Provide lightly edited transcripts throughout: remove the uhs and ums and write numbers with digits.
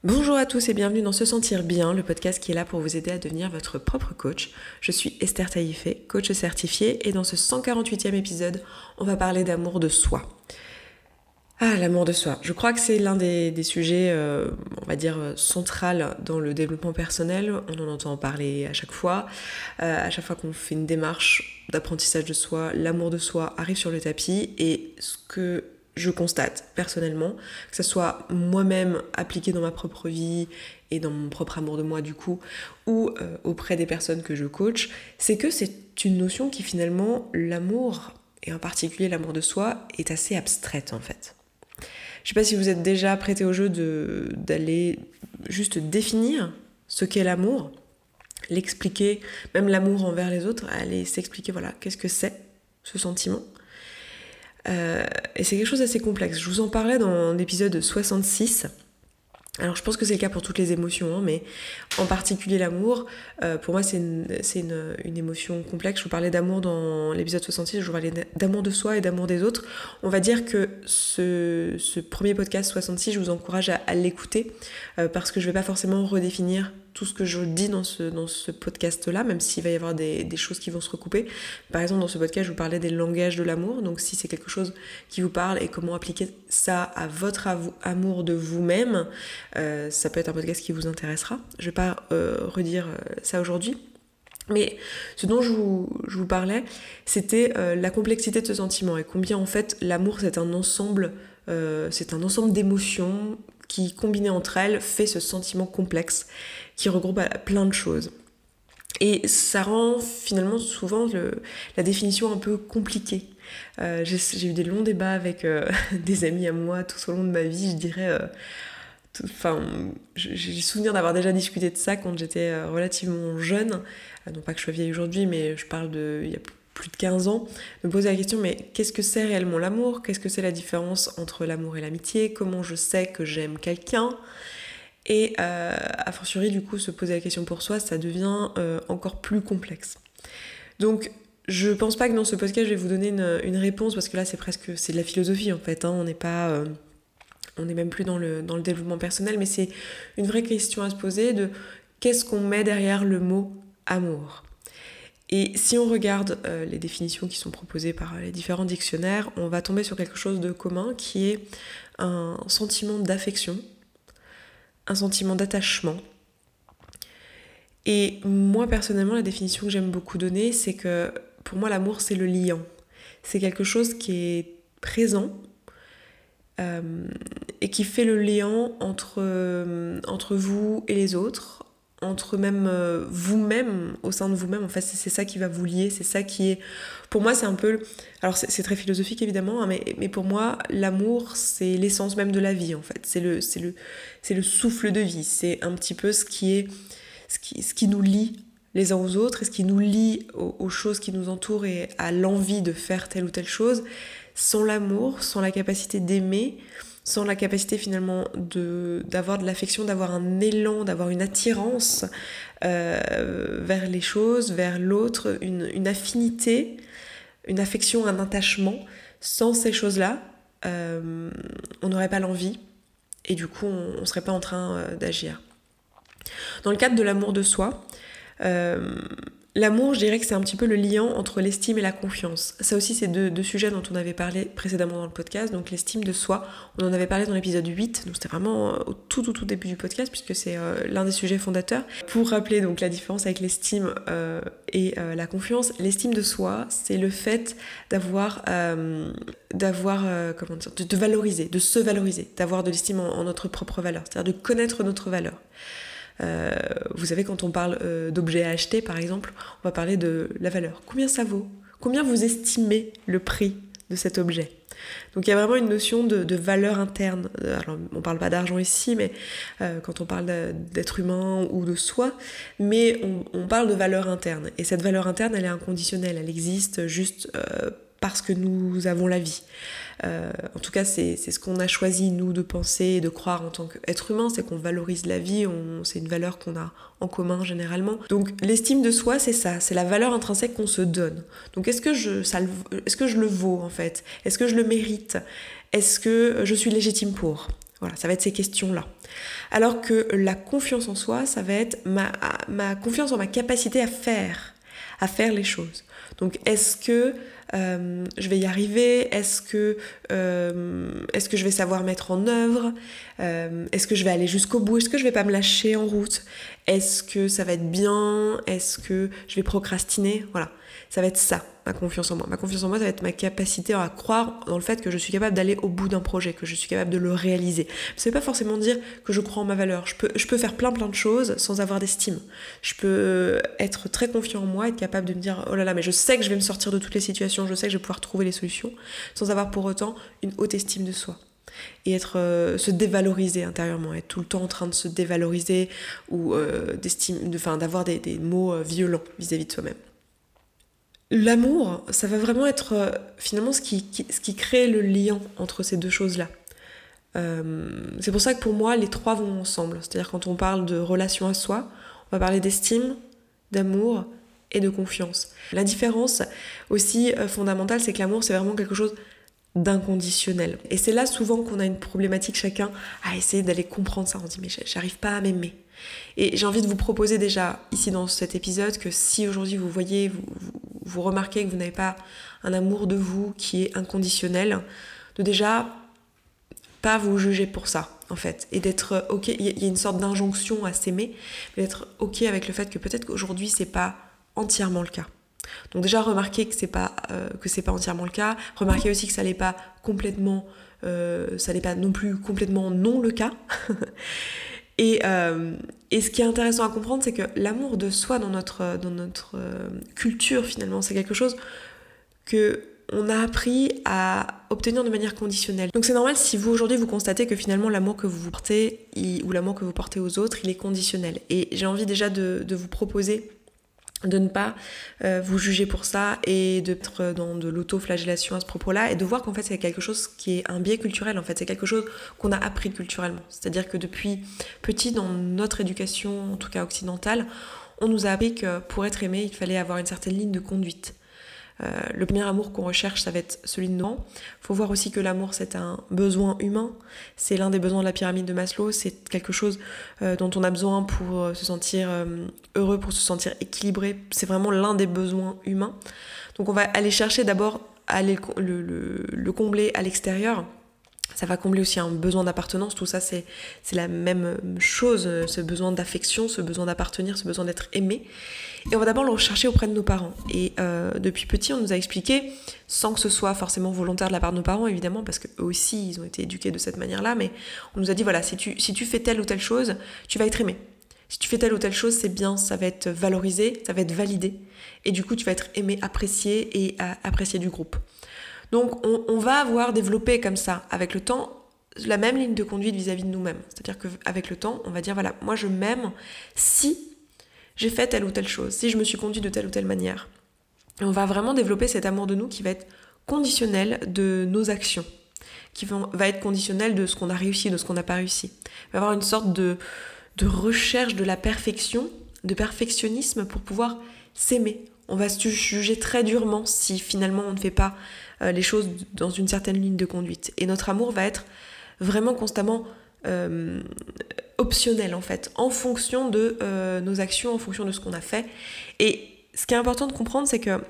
Bonjour à tous et bienvenue dans Se Sentir Bien, le podcast qui est là pour vous aider à devenir votre propre coach. Je suis Esther Taïfé, coach certifiée, et dans ce 148e épisode, on va parler d'amour de soi. Ah, l'amour de soi. Je crois que c'est l'un des sujets, on va dire, central dans le développement personnel. On en entend parler à chaque fois qu'on fait une démarche d'apprentissage de soi, l'amour de soi arrive sur le tapis, et ce que je constate personnellement, que ce soit moi-même appliqué dans ma propre vie et dans mon propre amour de moi du coup, ou auprès des personnes que je coach, c'est que c'est une notion qui finalement, l'amour, et en particulier l'amour de soi, est assez abstraite en fait. Je sais pas si vous êtes déjà prêté au jeu d'aller juste définir ce qu'est l'amour, l'expliquer, même l'amour envers les autres, aller s'expliquer voilà, qu'est-ce que c'est ce sentiment. Et c'est quelque chose d'assez complexe. Je vous en parlais dans l'épisode 66. Alors je pense que c'est le cas pour toutes les émotions, mais en particulier l'amour, pour moi c'est une émotion complexe. Je vous parlais d'amour dans l'épisode 66, je vous parlais d'amour de soi et d'amour des autres. On va dire que ce premier podcast 66, je vous encourage à l'écouter, parce que je ne vais pas forcément redéfinir tout ce que je dis dans ce podcast-là, même s'il va y avoir des choses qui vont se recouper. Par exemple, dans ce podcast, je vous parlais des langages de l'amour, donc si c'est quelque chose qui vous parle et comment appliquer ça à votre amour de vous-même, ça peut être un podcast qui vous intéressera. Je ne vais pas redire ça aujourd'hui. Mais ce dont je vous parlais, c'était la complexité de ce sentiment et combien en fait l'amour c'est un ensemble d'émotions qui, combinées entre elles, fait ce sentiment complexe qui regroupe plein de choses. Et ça rend finalement souvent la définition un peu compliquée. J'ai eu des longs débats avec des amis à moi tout au long de ma vie, je dirais. J'ai souvenir d'avoir déjà discuté de ça quand j'étais relativement jeune. Non pas que je sois vieille aujourd'hui, mais je parle il y a plus de 15 ans, de me poser la question, mais qu'est-ce que c'est réellement l'amour ? Qu'est-ce que c'est la différence entre l'amour et l'amitié ? Comment je sais que j'aime quelqu'un ? Et a fortiori, du coup, se poser la question pour soi, ça devient encore plus complexe. Donc, je pense pas que dans ce podcast, je vais vous donner une réponse, parce que là, c'est de la philosophie, en fait. On n'est même plus dans le développement personnel, mais c'est une vraie question à se poser de qu'est-ce qu'on met derrière le mot amour ? Et si on regarde les définitions qui sont proposées par les différents dictionnaires, on va tomber sur quelque chose de commun qui est un sentiment d'affection, un sentiment d'attachement. Et moi personnellement, la définition que j'aime beaucoup donner, c'est que pour moi l'amour c'est le liant. C'est quelque chose qui est présent et qui fait le lien entre vous et les autres, entre même vous-même, au sein de vous-même. En fait, c'est ça qui va vous lier, c'est ça qui est... Pour moi, c'est un peu... Alors, c'est très philosophique, évidemment, hein, mais pour moi, l'amour, c'est l'essence même de la vie, en fait. C'est le souffle de vie. C'est un petit peu ce qui nous lie les uns aux autres et ce qui nous lie aux choses qui nous entourent et à l'envie de faire telle ou telle chose. Sans l'amour, sans la capacité d'aimer, sans la capacité finalement d'avoir de l'affection, d'avoir un élan, d'avoir une attirance vers les choses, vers l'autre, une affinité, une affection, un attachement. Sans ces choses-là, on n'aurait pas l'envie et du coup on ne serait pas en train d'agir. Dans le cadre de l'amour de soi, l'amour, je dirais que c'est un petit peu le lien entre l'estime et la confiance. Ça aussi, c'est deux sujets dont on avait parlé précédemment dans le podcast. Donc l'estime de soi, on en avait parlé dans l'épisode 8, donc c'était vraiment au tout début du podcast, puisque c'est l'un des sujets fondateurs. Pour rappeler donc la différence avec l'estime et la confiance, l'estime de soi, c'est le fait de valoriser, de se valoriser, d'avoir de l'estime en notre propre valeur, c'est-à-dire de connaître notre valeur. Vous savez, quand on parle d'objets à acheter par exemple, on va parler de la valeur. Combien ça vaut ? Combien vous estimez le prix de cet objet ? Donc il y a vraiment une notion de valeur interne. Alors on parle pas d'argent ici, mais quand on parle d'être humain ou de soi, mais on parle de valeur interne. Et cette valeur interne, elle est inconditionnelle, elle existe juste parce que nous avons la vie. En tout cas, c'est ce qu'on a choisi, nous, de penser et de croire en tant qu'être humain, c'est qu'on valorise la vie, c'est une valeur qu'on a en commun généralement. Donc l'estime de soi, c'est ça, c'est la valeur intrinsèque qu'on se donne. Donc est-ce que je le vaux en fait ? Est-ce que je le mérite ? Est-ce que je suis légitime pour ? Voilà, ça va être ces questions-là. Alors que la confiance en soi, ça va être ma confiance en ma capacité à faire les choses. Donc est-ce que je vais y arriver? Est-ce que je vais savoir mettre en œuvre? Est-ce que je vais aller jusqu'au bout? Est-ce que je vais pas me lâcher en route? Est-ce que ça va être bien? Est-ce que je vais procrastiner? Voilà, ça va être ça, ma confiance en moi. Ma confiance en moi, ça va être ma capacité à croire dans le fait que je suis capable d'aller au bout d'un projet, que je suis capable de le réaliser. Ça veut pas forcément dire que je crois en ma valeur. Je peux faire plein de choses sans avoir d'estime. Je peux être très confiant en moi, être capable de me dire « Oh là là, mais je sais que je vais me sortir de toutes les situations, je sais que je vais pouvoir trouver les solutions », sans avoir pour autant une haute estime de soi. Et se dévaloriser intérieurement, être tout le temps en train de se dévaloriser ou d'avoir des mots violents vis-à-vis de soi-même. L'amour, ça va vraiment être finalement ce qui crée le lien entre ces deux choses-là. C'est pour ça que pour moi, les trois vont ensemble. C'est-à-dire quand on parle de relation à soi, on va parler d'estime, d'amour et de confiance. La différence aussi fondamentale, c'est que l'amour, c'est vraiment quelque chose d'inconditionnel. Et c'est là souvent qu'on a une problématique chacun à essayer d'aller comprendre ça. On se dit mais j'arrive pas à m'aimer. Et j'ai envie de vous proposer déjà ici dans cet épisode que si aujourd'hui vous voyez, vous remarquez que vous n'avez pas un amour de vous qui est inconditionnel, de déjà pas vous juger pour ça en fait, et d'être ok. Il y a une sorte d'injonction à s'aimer, mais d'être ok avec le fait que peut-être qu'aujourd'hui c'est pas entièrement le cas. Donc déjà remarquez que c'est pas entièrement le cas. Remarquez aussi que ça n'est pas complètement, ça n'est pas non plus complètement non le cas. Et ce qui est intéressant à comprendre, c'est que l'amour de soi dans notre culture finalement, c'est quelque chose que on a appris à obtenir de manière conditionnelle. Donc c'est normal si vous aujourd'hui vous constatez que finalement l'amour que vous portez ou l'amour que vous portez aux autres, il est conditionnel. Et j'ai envie déjà de vous proposer de ne pas vous juger pour ça et d'être dans de l'auto-flagellation à ce propos-là et de voir qu'en fait c'est quelque chose qui est un biais culturel, en fait c'est quelque chose qu'on a appris culturellement. C'est-à-dire que depuis petit dans notre éducation, en tout cas occidentale, on nous a appris que pour être aimé, il fallait avoir une certaine ligne de conduite. Le premier amour qu'on recherche, ça va être celui de nous. Il faut voir aussi que l'amour, c'est un besoin humain. C'est l'un des besoins de la pyramide de Maslow. C'est quelque chose dont on a besoin pour se sentir heureux, pour se sentir équilibré. C'est vraiment l'un des besoins humains. Donc on va aller chercher d'abord à aller le combler à l'extérieur. Ça va combler aussi un besoin d'appartenance. Tout ça, c'est la même chose. Ce besoin d'affection, ce besoin d'appartenir, ce besoin d'être aimé. Et on va d'abord le rechercher auprès de nos parents. Et depuis petit, on nous a expliqué, sans que ce soit forcément volontaire de la part de nos parents, évidemment, parce qu'eux aussi, ils ont été éduqués de cette manière-là, mais on nous a dit, voilà, si tu fais telle ou telle chose, tu vas être aimé. Si tu fais telle ou telle chose, c'est bien, ça va être valorisé, ça va être validé. Et du coup, tu vas être aimé, apprécié et apprécié du groupe. Donc, on va avoir développé comme ça, avec le temps, la même ligne de conduite vis-à-vis de nous-mêmes. C'est-à-dire qu'avec le temps, on va dire, voilà, moi je m'aime si j'ai fait telle ou telle chose, si je me suis conduite de telle ou telle manière. Et on va vraiment développer cet amour de nous qui va être conditionnel de nos actions, qui va être conditionnel de ce qu'on a réussi, de ce qu'on n'a pas réussi. Il va y avoir une sorte de recherche de la perfection, de perfectionnisme pour pouvoir s'aimer. On va se juger très durement si finalement on ne fait pas les choses dans une certaine ligne de conduite. Et notre amour va être vraiment constamment optionnel en fait, en fonction de nos actions, en fonction de ce qu'on a fait. Et ce qui est important de comprendre, c'est que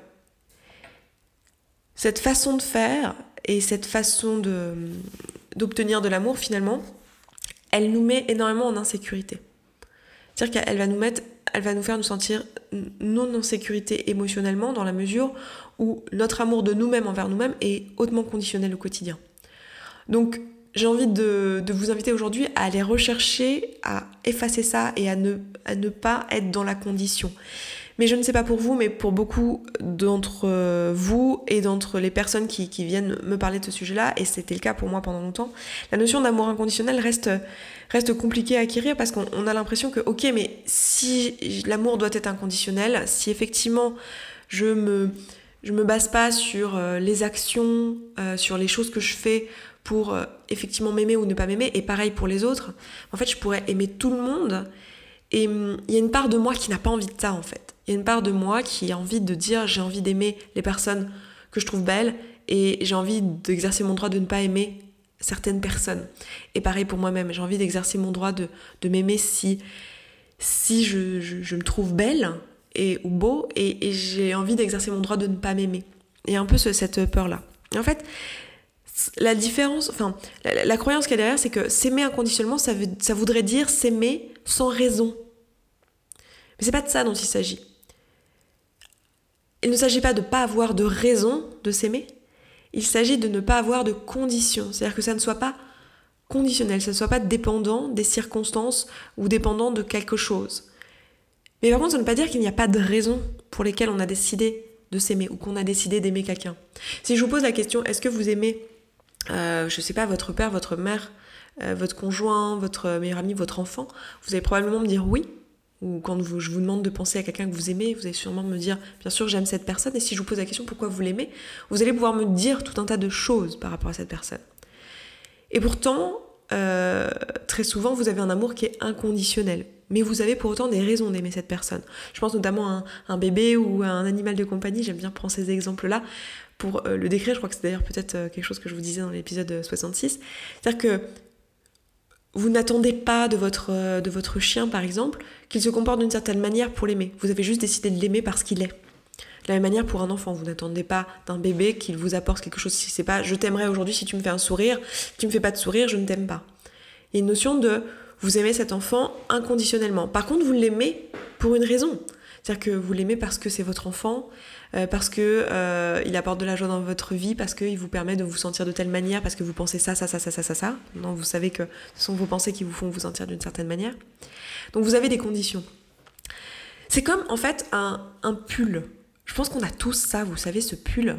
cette façon de faire et cette façon d'obtenir de l'amour finalement, elle nous met énormément en insécurité. C'est-à-dire qu'elle va nous faire nous sentir non en sécurité émotionnellement dans la mesure où notre amour de nous-mêmes envers nous-mêmes est hautement conditionnel au quotidien. Donc j'ai envie de vous inviter aujourd'hui à aller rechercher, à effacer ça et à ne pas être dans la condition. Mais je ne sais pas pour vous, mais pour beaucoup d'entre vous et d'entre les personnes qui viennent me parler de ce sujet-là, et c'était le cas pour moi pendant longtemps, la notion d'amour inconditionnel reste compliquée à acquérir parce qu'on a l'impression que, ok, mais si l'amour doit être inconditionnel, si effectivement je me base pas sur les actions, sur les choses que je fais pour effectivement m'aimer ou ne pas m'aimer, et pareil pour les autres, en fait je pourrais aimer tout le monde, et il y a une part de moi qui n'a pas envie de ça en fait. Il y a une part de moi qui a envie de dire j'ai envie d'aimer les personnes que je trouve belles et j'ai envie d'exercer mon droit de ne pas aimer certaines personnes. Et pareil pour moi-même, j'ai envie d'exercer mon droit de m'aimer si je me trouve belle ou beau, et j'ai envie d'exercer mon droit de ne pas m'aimer. Il y a un peu cette peur-là. Et en fait, la différence, la croyance qu'il y a derrière, c'est que s'aimer inconditionnellement, ça voudrait dire s'aimer sans raison. Mais c'est pas de ça dont il s'agit. Il ne s'agit pas de ne pas avoir de raison de s'aimer. Il s'agit de ne pas avoir de conditions. C'est-à-dire que ça ne soit pas conditionnel, ça ne soit pas dépendant des circonstances ou dépendant de quelque chose. Mais par contre, ça ne veut pas dire qu'il n'y a pas de raisons pour lesquelles on a décidé de s'aimer ou qu'on a décidé d'aimer quelqu'un. Si je vous pose la question, est-ce que vous aimez, votre père, votre mère, votre conjoint, votre meilleur ami, votre enfant, vous allez probablement me dire oui. Ou quand je vous demande de penser à quelqu'un que vous aimez, vous allez sûrement me dire, bien sûr, j'aime cette personne. Et si je vous pose la question, pourquoi vous l'aimez, vous allez pouvoir me dire tout un tas de choses par rapport à cette personne. Et pourtant, très souvent, vous avez un amour qui est inconditionnel. Mais vous avez pour autant des raisons d'aimer cette personne. Je pense notamment à un bébé ou à un animal de compagnie. J'aime bien prendre ces exemples-là pour le décrire. Je crois que c'est d'ailleurs peut-être quelque chose que je vous disais dans l'épisode 66. C'est-à-dire que vous n'attendez pas de votre chien, par exemple, qu'il se comporte d'une certaine manière pour l'aimer. Vous avez juste décidé de l'aimer parce qu'il est. De la même manière pour un enfant, vous n'attendez pas d'un bébé qu'il vous apporte quelque chose. Si c'est pas « je t'aimerais aujourd'hui si tu me fais un sourire », si tu me fais pas de sourire, je ne t'aime pas. Il y a une notion de vous aimez cet enfant inconditionnellement. Par contre, vous l'aimez pour une raison. C'est-à-dire que vous l'aimez parce que c'est votre enfant, parce que il apporte de la joie dans votre vie, parce qu'il vous permet de vous sentir de telle manière, parce que vous pensez ça. Donc vous savez que ce sont vos pensées qui vous font vous sentir d'une certaine manière. Donc vous avez des conditions. C'est comme en fait un pull. Je pense qu'on a tous ça, vous savez, ce pull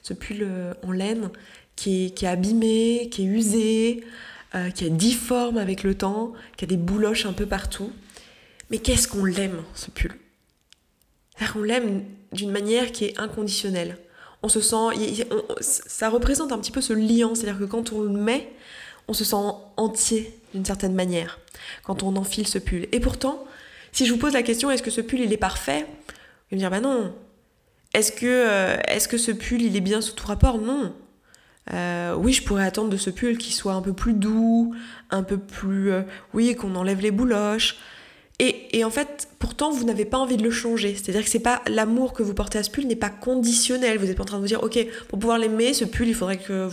en laine qui est abîmé, qui est usé, qui est difforme avec le temps, qui a des bouloches un peu partout. Mais qu'est-ce qu'on l'aime, ce pull ? C'est-à-dire qu'on l'aime d'une manière qui est inconditionnelle. On se sent, ça représente un petit peu ce liant, c'est-à-dire que quand on le met, on se sent entier d'une certaine manière, quand on enfile ce pull. Et pourtant, si je vous pose la question, est-ce que ce pull il est parfait ? Vous allez me dire, non. Est-ce que ce pull il est bien sous tout rapport ? Non. Oui, je pourrais attendre de ce pull qu'il soit un peu plus doux, un peu plus... qu'on enlève les bouloches. Et en fait, pourtant, vous n'avez pas envie de le changer. C'est-à-dire que c'est pas l'amour que vous portez à ce pull n'est pas conditionnel. Vous n'êtes pas en train de vous dire, ok, pour pouvoir l'aimer, ce pull, il faudrait que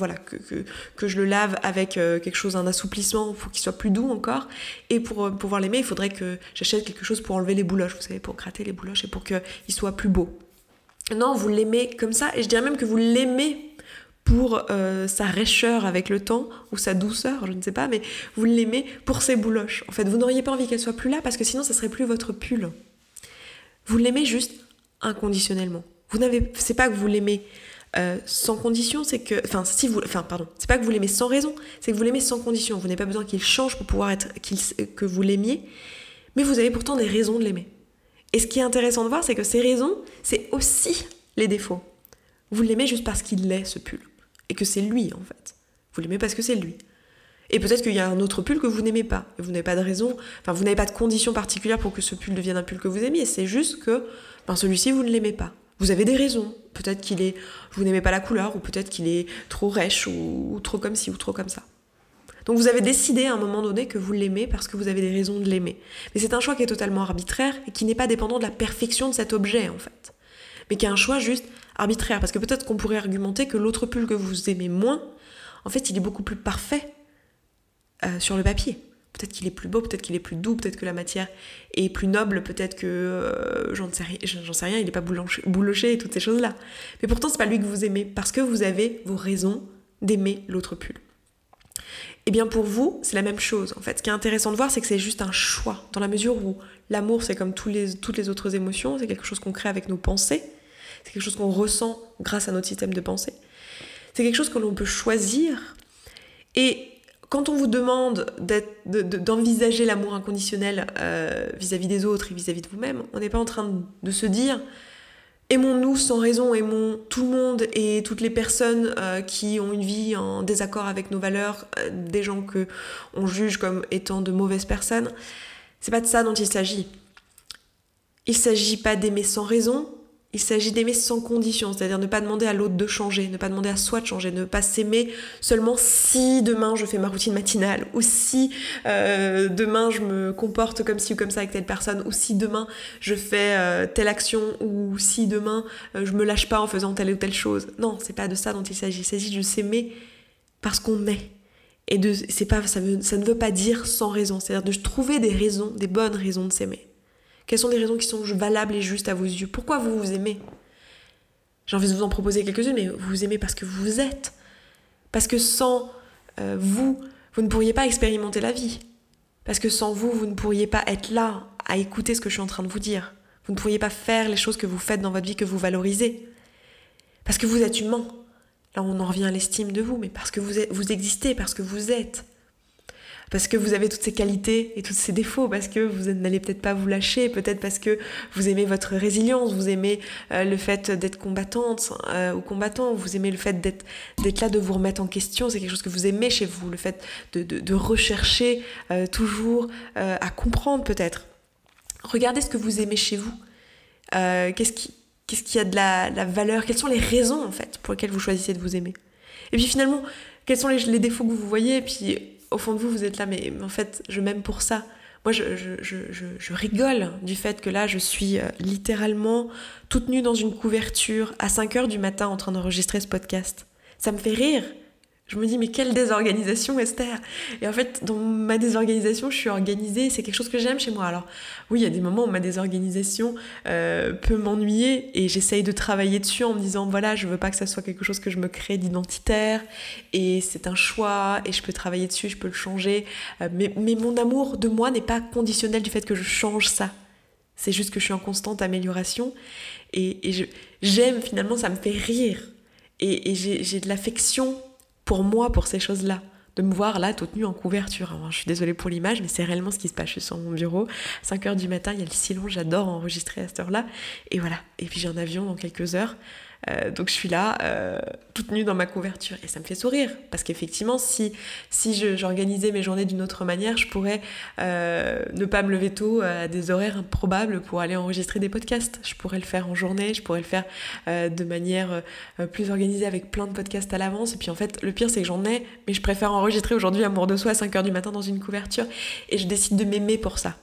je le lave avec quelque chose, un assouplissement pour qu'il soit plus doux encore. Et pour pouvoir l'aimer, il faudrait que j'achète quelque chose pour enlever les bouloches, vous savez, pour gratter les bouloches et pour qu'il soit plus beau. Non, vous l'aimez comme ça, et je dirais même que vous l'aimez pour sa raicheur avec le temps, ou sa douceur, je ne sais pas, mais vous l'aimez pour ses bouloches. En fait, vous n'auriez pas envie qu'elle soit plus là, parce que sinon, ça serait plus votre pull. Vous l'aimez juste inconditionnellement. C'est pas que vous l'aimez sans condition, c'est que... c'est pas que vous l'aimez sans raison, c'est que vous l'aimez sans condition. Vous n'avez pas besoin qu'il change pour pouvoir que vous l'aimiez, mais vous avez pourtant des raisons de l'aimer. Et ce qui est intéressant de voir, c'est que ces raisons, c'est aussi les défauts. Vous l'aimez juste parce qu'il est, ce pull. Et que c'est lui, en fait. Vous l'aimez parce que c'est lui. Et peut-être qu'il y a un autre pull que vous n'aimez pas. Et vous n'avez pas de raison, vous n'avez pas de condition particulière pour que ce pull devienne un pull que vous aimiez. C'est juste que celui-ci, vous ne l'aimez pas. Vous avez des raisons. Peut-être vous n'aimez pas la couleur, ou peut-être qu'il est trop rêche, ou trop comme ci, ou trop comme ça. Donc vous avez décidé à un moment donné que vous l'aimez parce que vous avez des raisons de l'aimer. Mais c'est un choix qui est totalement arbitraire et qui n'est pas dépendant de la perfection de cet objet, en fait. Mais qui est un choix juste arbitraire. Parce que peut-être qu'on pourrait argumenter que l'autre pull que vous aimez moins, en fait, il est beaucoup plus parfait sur le papier. Peut-être qu'il est plus beau, peut-être qu'il est plus doux, peut-être que la matière est plus noble, peut-être que, j'en sais rien, il n'est pas bouloché et toutes ces choses-là. Mais pourtant, c'est pas lui que vous aimez, parce que vous avez vos raisons d'aimer l'autre pull. Et bien pour vous, c'est la même chose. En fait, ce qui est intéressant de voir, c'est que c'est juste un choix, dans la mesure où l'amour, c'est comme toutes les autres émotions, c'est quelque chose qu'on crée avec nos pensées, c'est quelque chose qu'on ressent grâce à notre système de pensée. C'est quelque chose que l'on peut choisir. Et quand on vous demande d'envisager l'amour inconditionnel vis-à-vis des autres et vis-à-vis de vous-même, on n'est pas en train de se dire « aimons-nous sans raison, aimons tout le monde et toutes les personnes qui ont une vie en désaccord avec nos valeurs, des gens qu'on juge comme étant de mauvaises personnes ». C'est pas de ça dont il s'agit. Il s'agit pas d'aimer sans raison, Il s'agit d'aimer sans condition, c'est-à-dire ne pas demander à l'autre de changer, ne pas demander à soi de changer, ne pas s'aimer seulement si demain je fais ma routine matinale, ou si demain je me comporte comme ci ou comme ça avec telle personne, ou si demain je fais telle action, ou si demain je me lâche pas en faisant telle ou telle chose. Non, c'est pas de ça dont il s'agit de s'aimer parce qu'on est. Et ça ne veut pas dire sans raison, c'est-à-dire de trouver des raisons, des bonnes raisons de s'aimer. Quelles sont les raisons qui sont valables et justes à vos yeux? Pourquoi vous vous aimez? J'ai envie de vous en proposer quelques-unes, mais vous vous aimez parce que vous êtes. Parce que sans vous ne pourriez pas expérimenter la vie. Parce que sans vous, vous ne pourriez pas être là à écouter ce que je suis en train de vous dire. Vous ne pourriez pas faire les choses que vous faites dans votre vie, que vous valorisez. Parce que vous êtes humain. Là, on en revient à l'estime de vous, mais parce que vous existez, parce que vous êtes. Parce que vous avez toutes ces qualités et tous ces défauts, parce que vous n'allez peut-être pas vous lâcher, peut-être parce que vous aimez votre résilience, vous aimez le fait d'être combattante ou combattant, vous aimez le fait d'être là, de vous remettre en question, c'est quelque chose que vous aimez chez vous, le fait de rechercher toujours à comprendre peut-être. Regardez ce que vous aimez chez vous, qu'est-ce qui a de la valeur, quelles sont les raisons en fait pour lesquelles vous choisissez de vous aimer. Et puis finalement, quels sont les défauts que vous voyez, et puis au fond de vous, vous êtes là, mais en fait, je m'aime pour ça. Moi, je rigole du fait que là, je suis littéralement toute nue dans une couverture à 5h du matin en train d'enregistrer ce podcast. Ça me fait rire. Je me dis, mais quelle désorganisation, Esther! Et en fait, dans ma désorganisation, je suis organisée, c'est quelque chose que j'aime chez moi. Alors, oui, il y a des moments où ma désorganisation peut m'ennuyer et j'essaye de travailler dessus en me disant, voilà, je veux pas que ça soit quelque chose que je me crée d'identitaire et c'est un choix et je peux travailler dessus, je peux le changer. Mais mon amour de moi n'est pas conditionnel du fait que je change ça. C'est juste que je suis en constante amélioration et j'aime, finalement, ça me fait rire. Et j'ai de l'affection pour moi, pour ces choses-là, de me voir là, toute nue en couverture. Alors, je suis désolée pour l'image, mais c'est réellement ce qui se passe. Je suis sur mon bureau, 5h du matin, il y a le silence, j'adore enregistrer à cette heure-là. Et voilà, et puis j'ai un avion dans quelques heures. Donc je suis là, toute nue dans ma couverture. Et ça me fait sourire, parce qu'effectivement, si j'organisais mes journées d'une autre manière, je pourrais ne pas me lever tôt à des horaires improbables pour aller enregistrer des podcasts. Je pourrais le faire en journée, je pourrais le faire de manière plus organisée avec plein de podcasts à l'avance. Et puis en fait, le pire, c'est que j'en ai, mais je préfère enregistrer aujourd'hui Amour de soi à 5h du matin dans une couverture. Et je décide de m'aimer pour ça.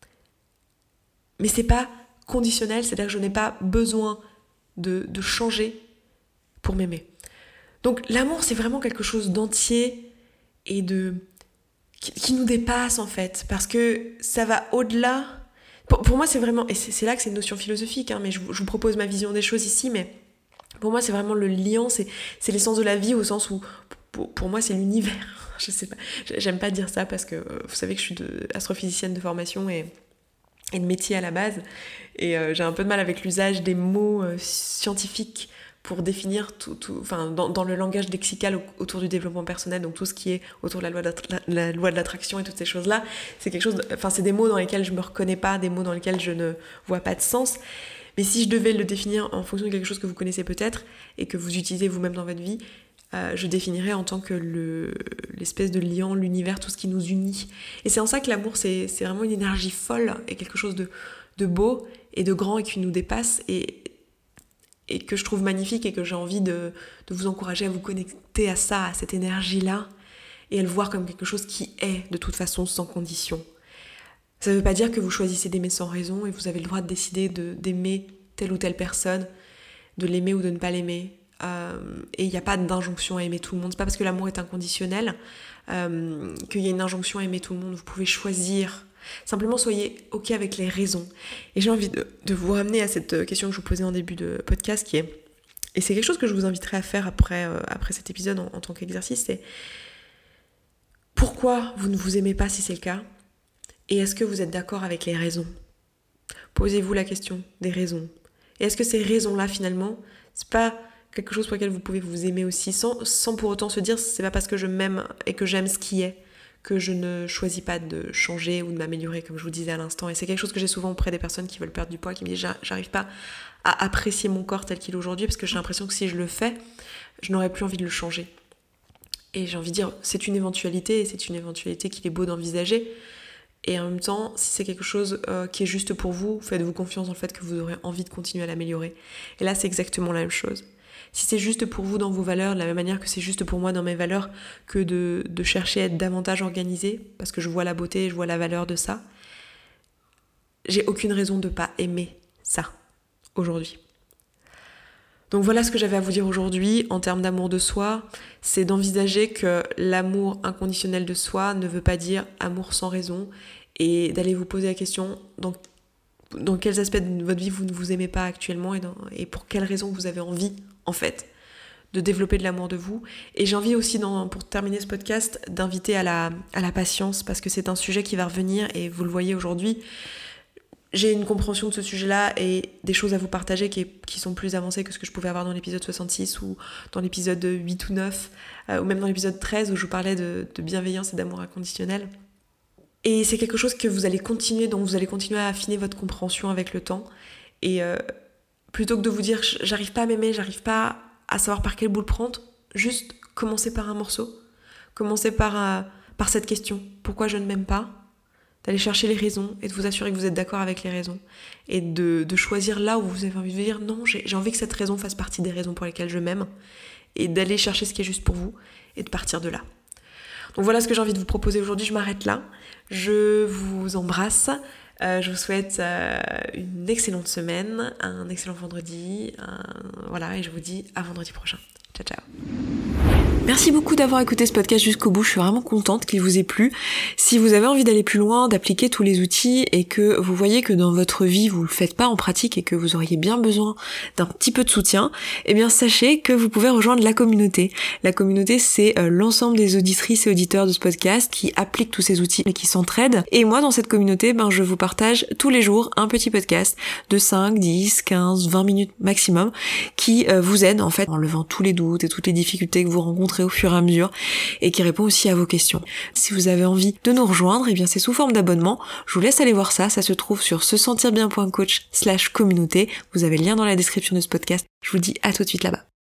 Mais c'est pas conditionnel, c'est-à-dire que je n'ai pas besoin de changer pour m'aimer. Donc l'amour, c'est vraiment quelque chose d'entier et qui nous dépasse en fait, parce que ça va au-delà. Pour moi, c'est vraiment, et c'est là que c'est une notion philosophique, mais je vous propose ma vision des choses ici, mais pour moi, c'est vraiment le liant, c'est l'essence de la vie, au sens où pour moi, c'est l'univers. Je sais pas, j'aime pas dire ça parce que vous savez que je suis astrophysicienne de formation et de métier à la base, et j'ai un peu de mal avec l'usage des mots scientifiques pour définir tout dans le langage lexical autour du développement personnel, donc tout ce qui est autour de la loi de l'attraction et toutes ces choses-là, c'est quelque chose, c'est des mots dans lesquels je me reconnais pas, des mots dans lesquels je ne vois pas de sens. Mais si je devais le définir en fonction de quelque chose que vous connaissez peut-être et que vous utilisez vous-même dans votre vie, je définirais en tant que l'espèce de liant, l'univers, tout ce qui nous unit. Et c'est en ça que l'amour, c'est vraiment une énergie folle et quelque chose de beau et de grand et qui nous dépasse et que je trouve magnifique et que j'ai envie de vous encourager à vous connecter à ça, à cette énergie-là, et à le voir comme quelque chose qui est de toute façon sans condition. Ça ne veut pas dire que vous choisissez d'aimer sans raison et vous avez le droit de décider d'aimer telle ou telle personne, de l'aimer ou de ne pas l'aimer. Et il n'y a pas d'injonction à aimer tout le monde. C'est pas parce que l'amour est inconditionnel qu'il y a une injonction à aimer tout le monde. Vous pouvez choisir. Simplement soyez ok avec les raisons. Et j'ai envie de vous ramener à cette question que je vous posais en début de podcast, qui est, et c'est quelque chose que je vous inviterai à faire après cet épisode en tant qu'exercice, c'est pourquoi vous ne vous aimez pas si c'est le cas, et est-ce que vous êtes d'accord avec les raisons? Posez-vous la question des raisons. Et est-ce que ces raisons-là, finalement, c'est pas quelque chose pour lequel vous pouvez vous aimer aussi, sans pour autant se dire c'est pas parce que je m'aime et que j'aime ce qui est que je ne choisis pas de changer ou de m'améliorer, comme je vous disais à l'instant. Et c'est quelque chose que j'ai souvent auprès des personnes qui veulent perdre du poids, qui me disent j'arrive pas à apprécier mon corps tel qu'il est aujourd'hui parce que j'ai l'impression que si je le fais, je n'aurais plus envie de le changer. Et j'ai envie de dire, c'est une éventualité et c'est une éventualité qu'il est beau d'envisager. Et en même temps, si c'est quelque chose qui est juste pour vous, faites-vous confiance dans le fait que vous aurez envie de continuer à l'améliorer. Et là, c'est exactement la même chose. Si c'est juste pour vous dans vos valeurs, de la même manière que c'est juste pour moi dans mes valeurs, que de chercher à être davantage organisé, parce que je vois la beauté, je vois la valeur de ça, j'ai aucune raison de ne pas aimer ça aujourd'hui. Donc voilà ce que j'avais à vous dire aujourd'hui en termes d'amour de soi, c'est d'envisager que l'amour inconditionnel de soi ne veut pas dire amour sans raison et d'aller vous poser la question dans quels aspects de votre vie vous ne vous aimez pas actuellement et pour quelles raisons vous avez envie en fait de développer de l'amour de vous. Et j'ai envie aussi, pour terminer ce podcast, d'inviter à la patience parce que c'est un sujet qui va revenir et vous le voyez aujourd'hui. J'ai une compréhension de ce sujet-là et des choses à vous partager qui sont plus avancées que ce que je pouvais avoir dans l'épisode 66 ou dans l'épisode 8 ou 9 ou même dans l'épisode 13 où je vous parlais de bienveillance et d'amour inconditionnel. Et c'est quelque chose dont vous allez continuer à affiner votre compréhension avec le temps. Et plutôt que de vous dire j'arrive pas à m'aimer, j'arrive pas à savoir par quel bout le prendre, juste commencez par un morceau. Commencez par cette question. Pourquoi je ne m'aime pas ? D'aller chercher les raisons et de vous assurer que vous êtes d'accord avec les raisons. Et de choisir là où vous avez envie de dire non, j'ai envie que cette raison fasse partie des raisons pour lesquelles je m'aime. Et d'aller chercher ce qui est juste pour vous et de partir de là. Donc voilà ce que j'ai envie de vous proposer aujourd'hui, je m'arrête là. Je vous embrasse, je vous souhaite une excellente semaine, un excellent vendredi, et je vous dis à vendredi prochain. Ciao, ciao. Merci beaucoup d'avoir écouté ce podcast jusqu'au bout, je suis vraiment contente qu'il vous ait plu. Si vous avez envie d'aller plus loin, d'appliquer tous les outils et que vous voyez que dans votre vie vous le faites pas en pratique et que vous auriez bien besoin d'un petit peu de soutien, eh bien sachez que vous pouvez rejoindre la communauté. La communauté, c'est l'ensemble des auditrices et auditeurs de ce podcast qui appliquent tous ces outils et qui s'entraident. Et moi dans cette communauté, je vous partage tous les jours un petit podcast de 5, 10, 15, 20 minutes maximum qui vous aide en fait en levant tous les doutes et toutes les difficultés que vous rencontrez au fur et à mesure et qui répond aussi à vos questions. Si vous avez envie de nous rejoindre, eh bien c'est sous forme d'abonnement. Je vous laisse aller voir ça se trouve sur sesentirbien.coach/communauté. Vous avez le lien dans la description de ce podcast. Je vous dis à tout de suite là-bas.